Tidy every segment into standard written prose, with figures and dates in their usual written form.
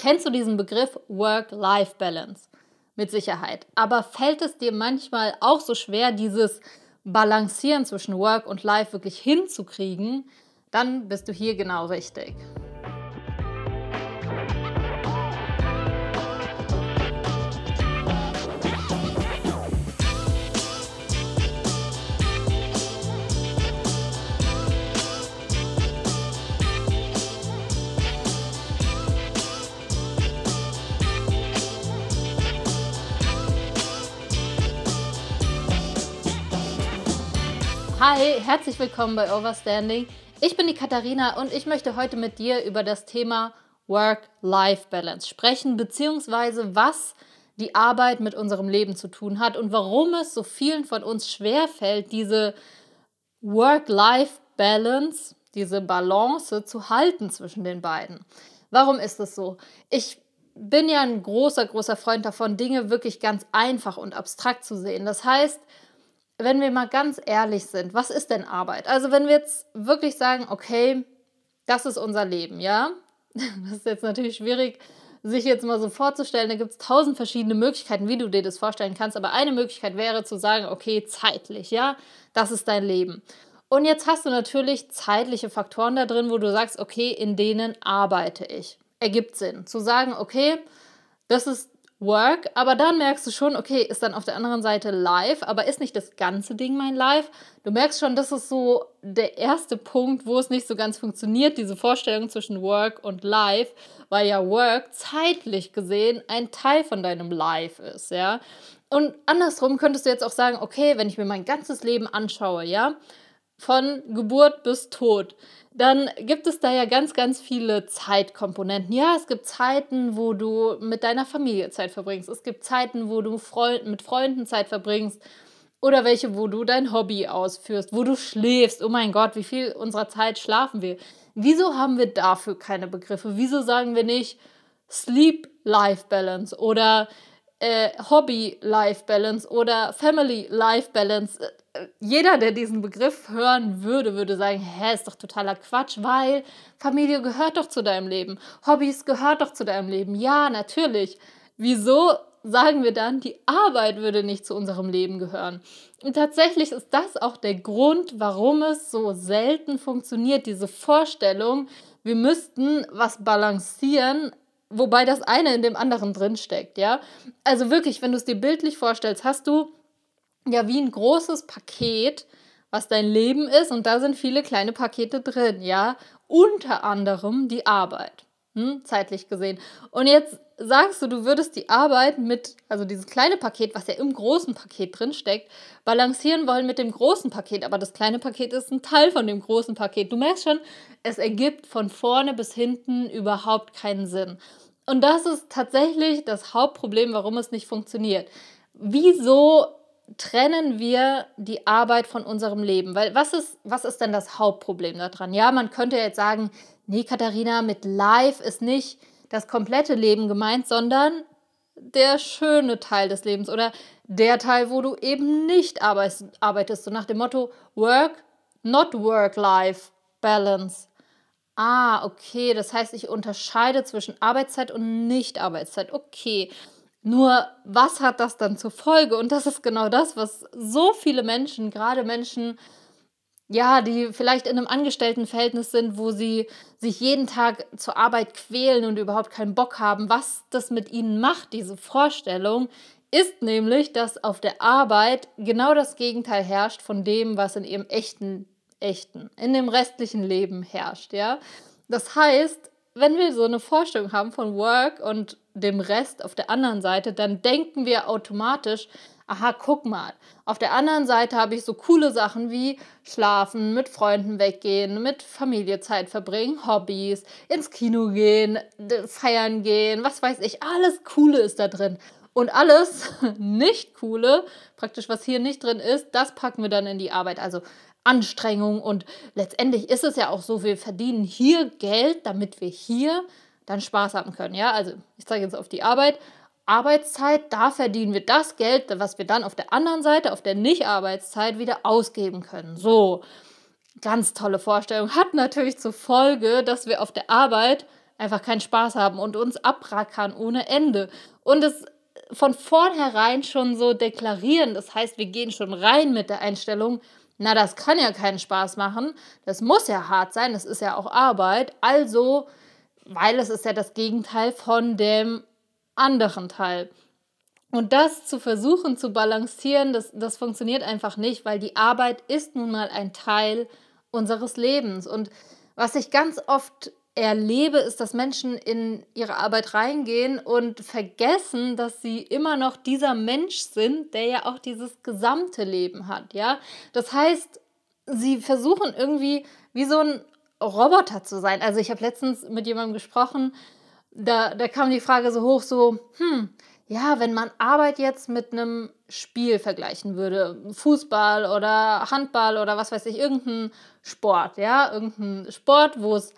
kennst du diesen Begriff Work-Life-Balance? Mit Sicherheit. Aber fällt es dir manchmal auch so schwer, dieses Balancieren zwischen Work und Life wirklich hinzukriegen? Dann bist du hier genau richtig. Hi, herzlich willkommen bei Overstanding. Ich bin die Katharina und ich möchte heute mit dir über das Thema Work-Life-Balance sprechen, beziehungsweise was die Arbeit mit unserem Leben zu tun hat und warum es so vielen von uns schwerfällt, diese Work-Life-Balance, diese Balance zu halten zwischen den beiden. Warum ist es so? Ich bin ja ein großer Freund davon, Dinge wirklich ganz einfach und abstrakt zu sehen. Das heißt, wenn wir mal ganz ehrlich sind, was ist denn Arbeit? Also wenn wir jetzt wirklich sagen, okay, das ist unser Leben, ja? Das ist jetzt natürlich schwierig, sich jetzt mal so vorzustellen. Da gibt es 1000 verschiedene Möglichkeiten, wie du dir das vorstellen kannst. Aber eine Möglichkeit wäre zu sagen, okay, zeitlich, ja? Das ist dein Leben. Und jetzt hast du natürlich zeitliche Faktoren da drin, wo du sagst, okay, in denen arbeite ich. Ergibt Sinn. Zu sagen, okay, das ist Work, aber dann merkst du schon, okay, ist dann auf der anderen Seite Life, aber ist nicht das ganze Ding mein Life? Du merkst schon, das ist so der erste Punkt, wo es nicht so ganz funktioniert, diese Vorstellung zwischen Work und Life, weil ja Work zeitlich gesehen ein Teil von deinem Life ist, ja. Und andersrum könntest du jetzt auch sagen, okay, wenn ich mir mein ganzes Leben anschaue, ja, von Geburt bis Tod, dann gibt es da ja ganz viele Zeitkomponenten. Ja, es gibt Zeiten, wo du mit deiner Familie Zeit verbringst. Es gibt Zeiten, wo du mit Freunden Zeit verbringst. Oder welche, wo du dein Hobby ausführst, wo du schläfst. Oh mein Gott, wie viel unserer Zeit schlafen wir? Wieso haben wir dafür keine Begriffe? Wieso sagen wir nicht Sleep-Life-Balance oder Hobby-Life-Balance oder Family-Life-Balance? Jeder, der diesen Begriff hören würde sagen, ist doch totaler Quatsch, weil Familie gehört doch zu deinem Leben. Hobbys gehört doch zu deinem Leben. Ja, natürlich. Wieso sagen wir dann, die Arbeit würde nicht zu unserem Leben gehören? Und tatsächlich ist das auch der Grund, warum es so selten funktioniert, diese Vorstellung, wir müssten was balancieren, wobei das eine in dem anderen drinsteckt, ja? Also wirklich, wenn du es dir bildlich vorstellst, hast du ja wie ein großes Paket, was dein Leben ist, und da sind viele kleine Pakete drin, ja, unter anderem die Arbeit, zeitlich gesehen. Und jetzt sagst du, du würdest die Arbeit also dieses kleine Paket, was ja im großen Paket drin steckt, balancieren wollen mit dem großen Paket, aber das kleine Paket ist ein Teil von dem großen Paket. Du merkst schon, es ergibt von vorne bis hinten überhaupt keinen Sinn. Und das ist tatsächlich das Hauptproblem, warum es nicht funktioniert. Wieso trennen wir die Arbeit von unserem Leben? Weil was ist denn das Hauptproblem daran? Ja, man könnte jetzt sagen, nee, Katharina, mit Life ist nicht das komplette Leben gemeint, sondern der schöne Teil des Lebens oder der Teil, wo du eben nicht arbeitest. So nach dem Motto Work, not Work-Life Balance. Ah, okay, das heißt, ich unterscheide zwischen Arbeitszeit und Nicht-Arbeitszeit. Okay. Nur, was hat das dann zur Folge? Und das ist genau das, was so viele Menschen, gerade Menschen, ja, die vielleicht in einem Angestelltenverhältnis sind, wo sie sich jeden Tag zur Arbeit quälen und überhaupt keinen Bock haben, was das mit ihnen macht, diese Vorstellung, ist nämlich, dass auf der Arbeit genau das Gegenteil herrscht von dem, was in ihrem in dem restlichen Leben herrscht, ja. Das heißt, wenn wir so eine Vorstellung haben von Work und dem Rest auf der anderen Seite, dann denken wir automatisch, aha, guck mal, auf der anderen Seite habe ich so coole Sachen wie schlafen, mit Freunden weggehen, mit Familie Zeit verbringen, Hobbys, ins Kino gehen, feiern gehen, was weiß ich, alles Coole ist da drin. Und alles Nicht-Coole, praktisch was hier nicht drin ist, das packen wir dann in die Arbeit. Also Anstrengung, und letztendlich ist es ja auch so, wir verdienen hier Geld, damit wir hier dann Spaß haben können. Ja, also ich zeige jetzt auf die Arbeit. Arbeitszeit, da verdienen wir das Geld, was wir dann auf der anderen Seite, auf der Nicht-Arbeitszeit wieder ausgeben können. So, ganz tolle Vorstellung. Hat natürlich zur Folge, dass wir auf der Arbeit einfach keinen Spaß haben und uns abrackern ohne Ende. Und es von vornherein schon so deklarieren. Das heißt, wir gehen schon rein mit der Einstellung, na, das kann ja keinen Spaß machen, das muss ja hart sein, das ist ja auch Arbeit. Also, weil es ist ja das Gegenteil von dem anderen Teil. Und das zu versuchen zu balancieren, das funktioniert einfach nicht, weil die Arbeit ist nun mal ein Teil unseres Lebens. Und was ich ganz oft erlebe, ist, dass Menschen in ihre Arbeit reingehen und vergessen, dass sie immer noch dieser Mensch sind, der ja auch dieses gesamte Leben hat, ja? Das heißt, sie versuchen irgendwie wie so ein Roboter zu sein. Also, ich habe letztens mit jemandem gesprochen, da kam die Frage so hoch, so: ja, wenn man Arbeit jetzt mit einem Spiel vergleichen würde, Fußball oder Handball oder was weiß ich, irgendein Sport, ja, irgendein Sport, wo es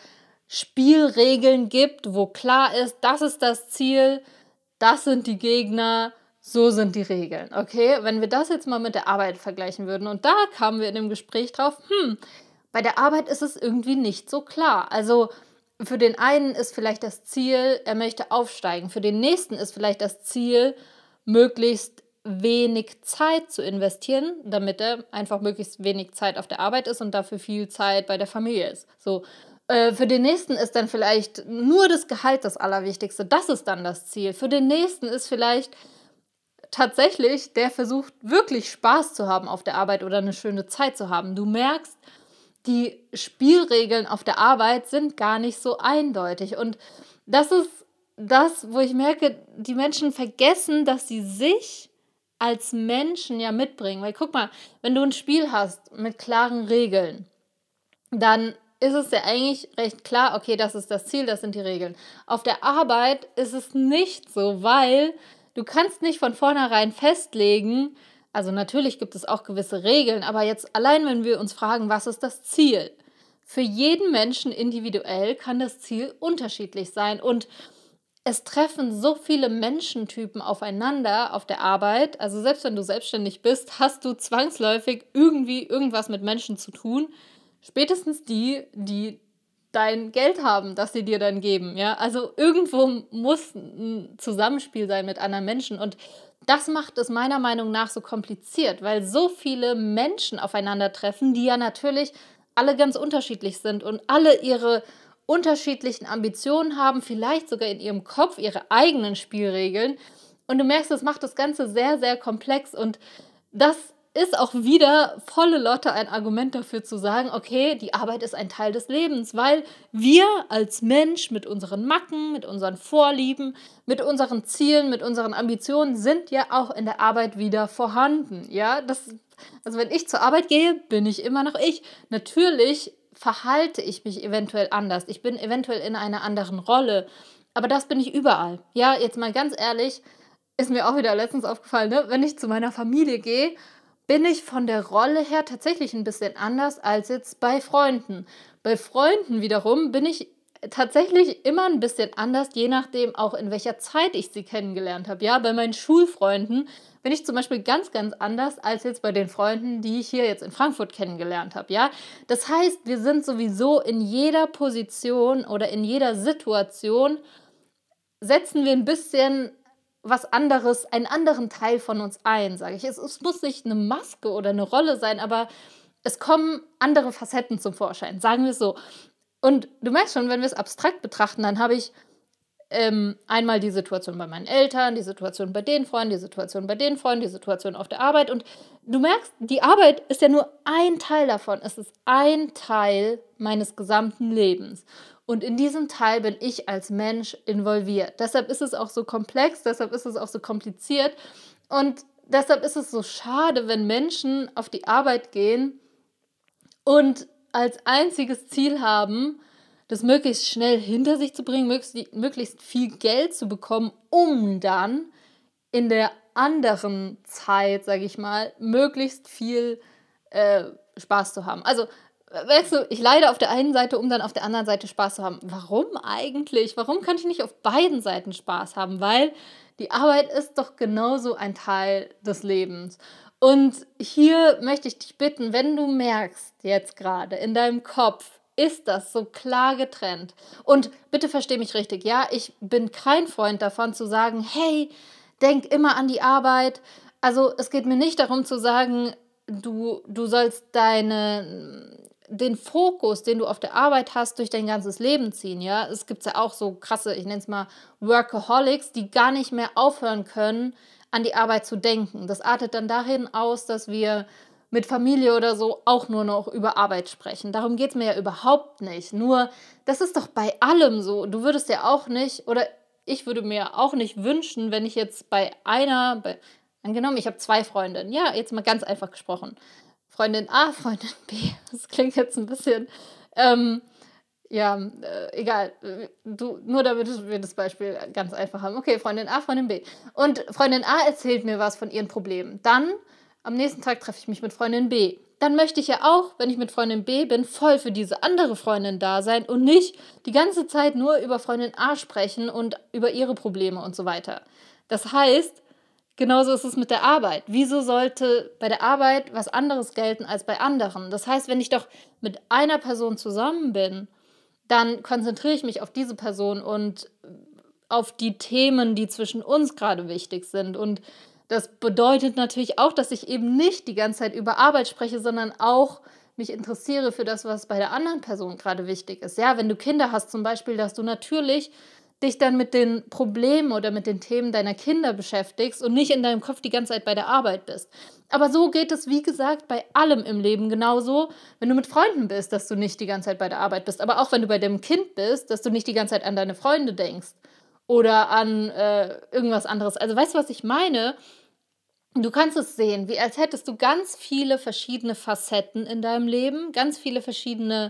Spielregeln gibt, wo klar ist, das ist das Ziel, das sind die Gegner, so sind die Regeln, okay? Wenn wir das jetzt mal mit der Arbeit vergleichen würden und da kamen wir in dem Gespräch drauf, bei der Arbeit ist es irgendwie nicht so klar. Also, für den einen ist vielleicht das Ziel, er möchte aufsteigen. Für den nächsten ist vielleicht das Ziel, möglichst wenig Zeit zu investieren, damit er einfach möglichst wenig Zeit auf der Arbeit ist und dafür viel Zeit bei der Familie ist. So. Für den nächsten ist dann vielleicht nur das Gehalt das Allerwichtigste. Das ist dann das Ziel. Für den nächsten ist vielleicht tatsächlich, der versucht wirklich Spaß zu haben auf der Arbeit oder eine schöne Zeit zu haben. Du merkst, die Spielregeln auf der Arbeit sind gar nicht so eindeutig. Und das ist das, wo ich merke, die Menschen vergessen, dass sie sich als Menschen ja mitbringen. Weil guck mal, wenn du ein Spiel hast mit klaren Regeln, dann ist es ja eigentlich recht klar, okay, das ist das Ziel, das sind die Regeln. Auf der Arbeit ist es nicht so, weil du kannst nicht von vornherein festlegen, also natürlich gibt es auch gewisse Regeln, aber jetzt allein, wenn wir uns fragen, was ist das Ziel? Für jeden Menschen individuell kann das Ziel unterschiedlich sein und es treffen so viele Menschentypen aufeinander auf der Arbeit. Also selbst wenn du selbstständig bist, hast du zwangsläufig irgendwie irgendwas mit Menschen zu tun. Spätestens die dein Geld haben, das sie dir dann geben, ja? Also irgendwo muss ein Zusammenspiel sein mit anderen Menschen und das macht es meiner Meinung nach so kompliziert, weil so viele Menschen aufeinandertreffen, die ja natürlich alle ganz unterschiedlich sind und alle ihre unterschiedlichen Ambitionen haben, vielleicht sogar in ihrem Kopf ihre eigenen Spielregeln. Und du merkst, das macht das Ganze sehr, sehr komplex. Und das ist auch wieder volle Lotte ein Argument dafür zu sagen, okay, die Arbeit ist ein Teil des Lebens, weil wir als Mensch mit unseren Macken, mit unseren Vorlieben, mit unseren Zielen, mit unseren Ambitionen sind ja auch in der Arbeit wieder vorhanden. Ja, also wenn ich zur Arbeit gehe, bin ich immer noch ich. Natürlich verhalte ich mich eventuell anders. Ich bin eventuell in einer anderen Rolle. Aber das bin ich überall. Ja, jetzt mal ganz ehrlich, ist mir auch wieder letztens aufgefallen, ne? Wenn ich zu meiner Familie gehe, bin ich von der Rolle her tatsächlich ein bisschen anders als jetzt bei Freunden. Bei Freunden wiederum bin ich tatsächlich immer ein bisschen anders, je nachdem auch in welcher Zeit ich sie kennengelernt habe. Ja, bei meinen Schulfreunden bin ich zum Beispiel ganz, ganz anders als jetzt bei den Freunden, die ich hier jetzt in Frankfurt kennengelernt habe. Ja, das heißt, wir sind sowieso in jeder Position oder in jeder Situation setzen wir ein bisschen was anderes, einen anderen Teil von uns ein, sage ich. Es muss nicht eine Maske oder eine Rolle sein, aber es kommen andere Facetten zum Vorschein, sagen wir es so. Und du merkst schon, wenn wir es abstrakt betrachten, dann habe ich einmal die Situation bei meinen Eltern, die Situation bei den Freunden, die Situation bei den Freunden, die Situation auf der Arbeit. Und du merkst, die Arbeit ist ja nur ein Teil davon. Es ist ein Teil meines gesamten Lebens. Und in diesem Teil bin ich als Mensch involviert. Deshalb ist es auch so komplex, deshalb ist es auch so kompliziert. Und deshalb ist es so schade, wenn Menschen auf die Arbeit gehen und als einziges Ziel haben, das möglichst schnell hinter sich zu bringen, möglichst viel Geld zu bekommen, um dann in der anderen Zeit, sage ich mal, möglichst viel Spaß zu haben. Also, weißt du, ich leide auf der einen Seite, um dann auf der anderen Seite Spaß zu haben. Warum eigentlich? Warum kann ich nicht auf beiden Seiten Spaß haben? Weil die Arbeit ist doch genauso ein Teil des Lebens. Und hier möchte ich dich bitten, wenn du merkst jetzt gerade in deinem Kopf, ist das so klar getrennt. Und bitte versteh mich richtig, ja, ich bin kein Freund davon zu sagen: „Hey, denk immer an die Arbeit.“ Also, es geht mir nicht darum zu sagen, du sollst den Fokus, den du auf der Arbeit hast, durch dein ganzes Leben ziehen, ja? Es gibt ja auch so krasse, ich nenne es mal Workaholics, die gar nicht mehr aufhören können, an die Arbeit zu denken. Das artet dann dahin aus, dass wir mit Familie oder so auch nur noch über Arbeit sprechen. Darum geht's mir ja überhaupt nicht. Nur, das ist doch bei allem so. Du würdest ja auch nicht oder ich würde mir auch nicht wünschen, wenn ich jetzt angenommen, ich habe 2 Freundinnen. Ja, jetzt mal ganz einfach gesprochen. Freundin A, Freundin B. Das klingt jetzt ein bisschen, ähm, ja, egal. Nur damit wir das Beispiel ganz einfach haben. Okay, Freundin A, Freundin B. Und Freundin A erzählt mir was von ihren Problemen. Dann am nächsten Tag treffe ich mich mit Freundin B. Dann möchte ich ja auch, wenn ich mit Freundin B bin, voll für diese andere Freundin da sein und nicht die ganze Zeit nur über Freundin A sprechen und über ihre Probleme und so weiter. Das heißt, genauso ist es mit der Arbeit. Wieso sollte bei der Arbeit was anderes gelten als bei anderen? Das heißt, wenn ich doch mit einer Person zusammen bin, dann konzentriere ich mich auf diese Person und auf die Themen, die zwischen uns gerade wichtig sind. Und das bedeutet natürlich auch, dass ich eben nicht die ganze Zeit über Arbeit spreche, sondern auch mich interessiere für das, was bei der anderen Person gerade wichtig ist. Ja, wenn du Kinder hast zum Beispiel, dass du natürlich dich dann mit den Problemen oder mit den Themen deiner Kinder beschäftigst und nicht in deinem Kopf die ganze Zeit bei der Arbeit bist. Aber so geht es, wie gesagt, bei allem im Leben genauso, wenn du mit Freunden bist, dass du nicht die ganze Zeit bei der Arbeit bist. Aber auch wenn du bei dem Kind bist, dass du nicht die ganze Zeit an deine Freunde denkst oder an irgendwas anderes. Also weißt du, was ich meine? Du kannst es sehen, wie als hättest du ganz viele verschiedene Facetten in deinem Leben, ganz viele verschiedene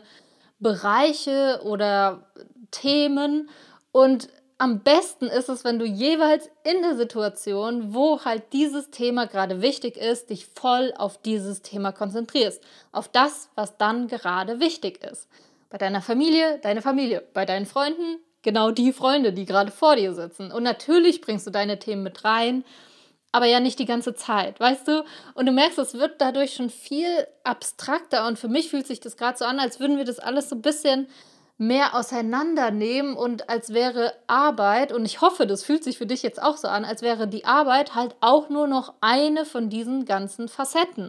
Bereiche oder Themen. Und am besten ist es, wenn du jeweils in der Situation, wo halt dieses Thema gerade wichtig ist, dich voll auf dieses Thema konzentrierst. Auf das, was dann gerade wichtig ist. Bei deiner Familie, deine Familie. Bei deinen Freunden, genau die Freunde, die gerade vor dir sitzen. Und natürlich bringst du deine Themen mit rein, aber ja nicht die ganze Zeit, weißt du? Und du merkst, es wird dadurch schon viel abstrakter und für mich fühlt sich das gerade so an, als würden wir das alles so ein bisschen mehr auseinandernehmen und als wäre Arbeit, und ich hoffe, das fühlt sich für dich jetzt auch so an, als wäre die Arbeit halt auch nur noch eine von diesen ganzen Facetten.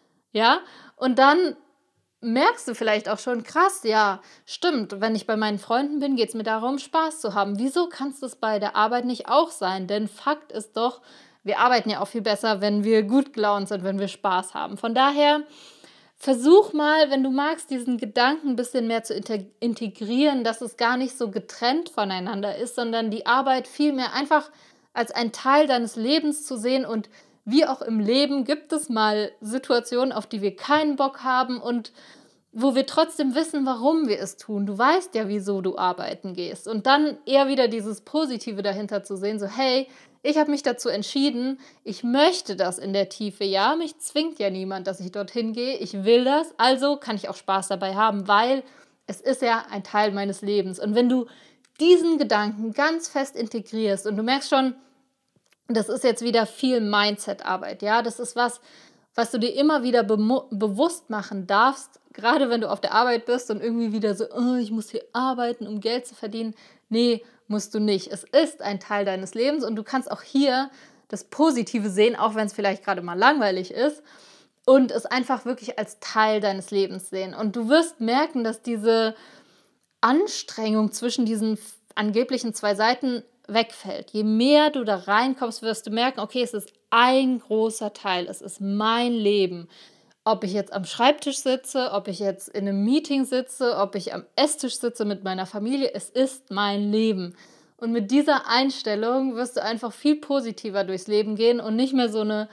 Ja? Und dann merkst du vielleicht auch schon, krass, ja, stimmt, wenn ich bei meinen Freunden bin, geht es mir darum, Spaß zu haben. Wieso kann es das bei der Arbeit nicht auch sein? Denn Fakt ist doch, wir arbeiten ja auch viel besser, wenn wir gut gelaunt sind, wenn wir Spaß haben. Von daher versuch mal, wenn du magst, diesen Gedanken ein bisschen mehr zu integrieren, dass es gar nicht so getrennt voneinander ist, sondern die Arbeit vielmehr einfach als ein Teil deines Lebens zu sehen. Und wie auch im Leben gibt es mal Situationen, auf die wir keinen Bock haben und wo wir trotzdem wissen, warum wir es tun. Du weißt ja, wieso du arbeiten gehst. Und dann eher wieder dieses Positive dahinter zu sehen, so hey, ich habe mich dazu entschieden, ich möchte das in der Tiefe, ja, mich zwingt ja niemand, dass ich dorthin gehe, ich will das, also kann ich auch Spaß dabei haben, weil es ist ja ein Teil meines Lebens. Und wenn du diesen Gedanken ganz fest integrierst und du merkst schon, das ist jetzt wieder viel Mindset-Arbeit, ja, das ist was du dir immer wieder bewusst machen darfst, gerade wenn du auf der Arbeit bist und irgendwie wieder so, oh, ich muss hier arbeiten, um Geld zu verdienen. Nee, musst du nicht. Es ist ein Teil deines Lebens und du kannst auch hier das Positive sehen, auch wenn es vielleicht gerade mal langweilig ist und es einfach wirklich als Teil deines Lebens sehen. Und du wirst merken, dass diese Anstrengung zwischen diesen angeblichen 2 Seiten wegfällt. Je mehr du da reinkommst, wirst du merken, okay, es ist ein großer Teil, es ist mein Leben. Ob ich jetzt am Schreibtisch sitze, ob ich jetzt in einem Meeting sitze, ob ich am Esstisch sitze mit meiner Familie, es ist mein Leben. Und mit dieser Einstellung wirst du einfach viel positiver durchs Leben gehen und nicht mehr so eine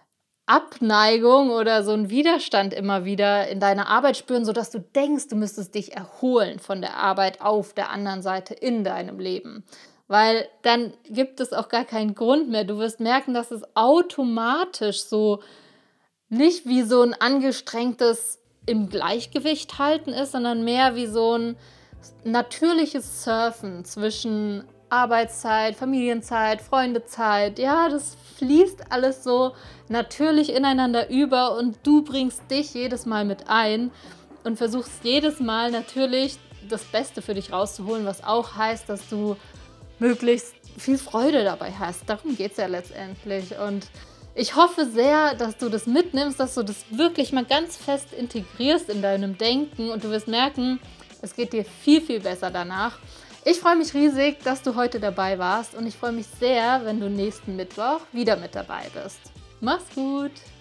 Abneigung oder so 'n Widerstand immer wieder in deiner Arbeit spüren, sodass du denkst, du müsstest dich erholen von der Arbeit auf der anderen Seite in deinem Leben. Weil dann gibt es auch gar keinen Grund mehr. Du wirst merken, dass es automatisch so nicht wie so 'n angestrengtes im Gleichgewicht halten ist, sondern mehr wie so 'n natürliches Surfen zwischen Arbeitszeit, Familienzeit, Freundezeit. Ja, das fließt alles so natürlich ineinander über und du bringst dich jedes Mal mit ein. und versuchst jedes Mal natürlich das Beste für dich rauszuholen, was auch heißt, dass du möglichst viel Freude dabei hast. Darum geht es ja letztendlich. Und ich hoffe sehr, dass du das mitnimmst, dass du das wirklich mal ganz fest integrierst in deinem Denken und du wirst merken, es geht dir viel, viel besser danach. Ich freue mich riesig, dass du heute dabei warst und ich freue mich sehr, wenn du nächsten Mittwoch wieder mit dabei bist. Mach's gut!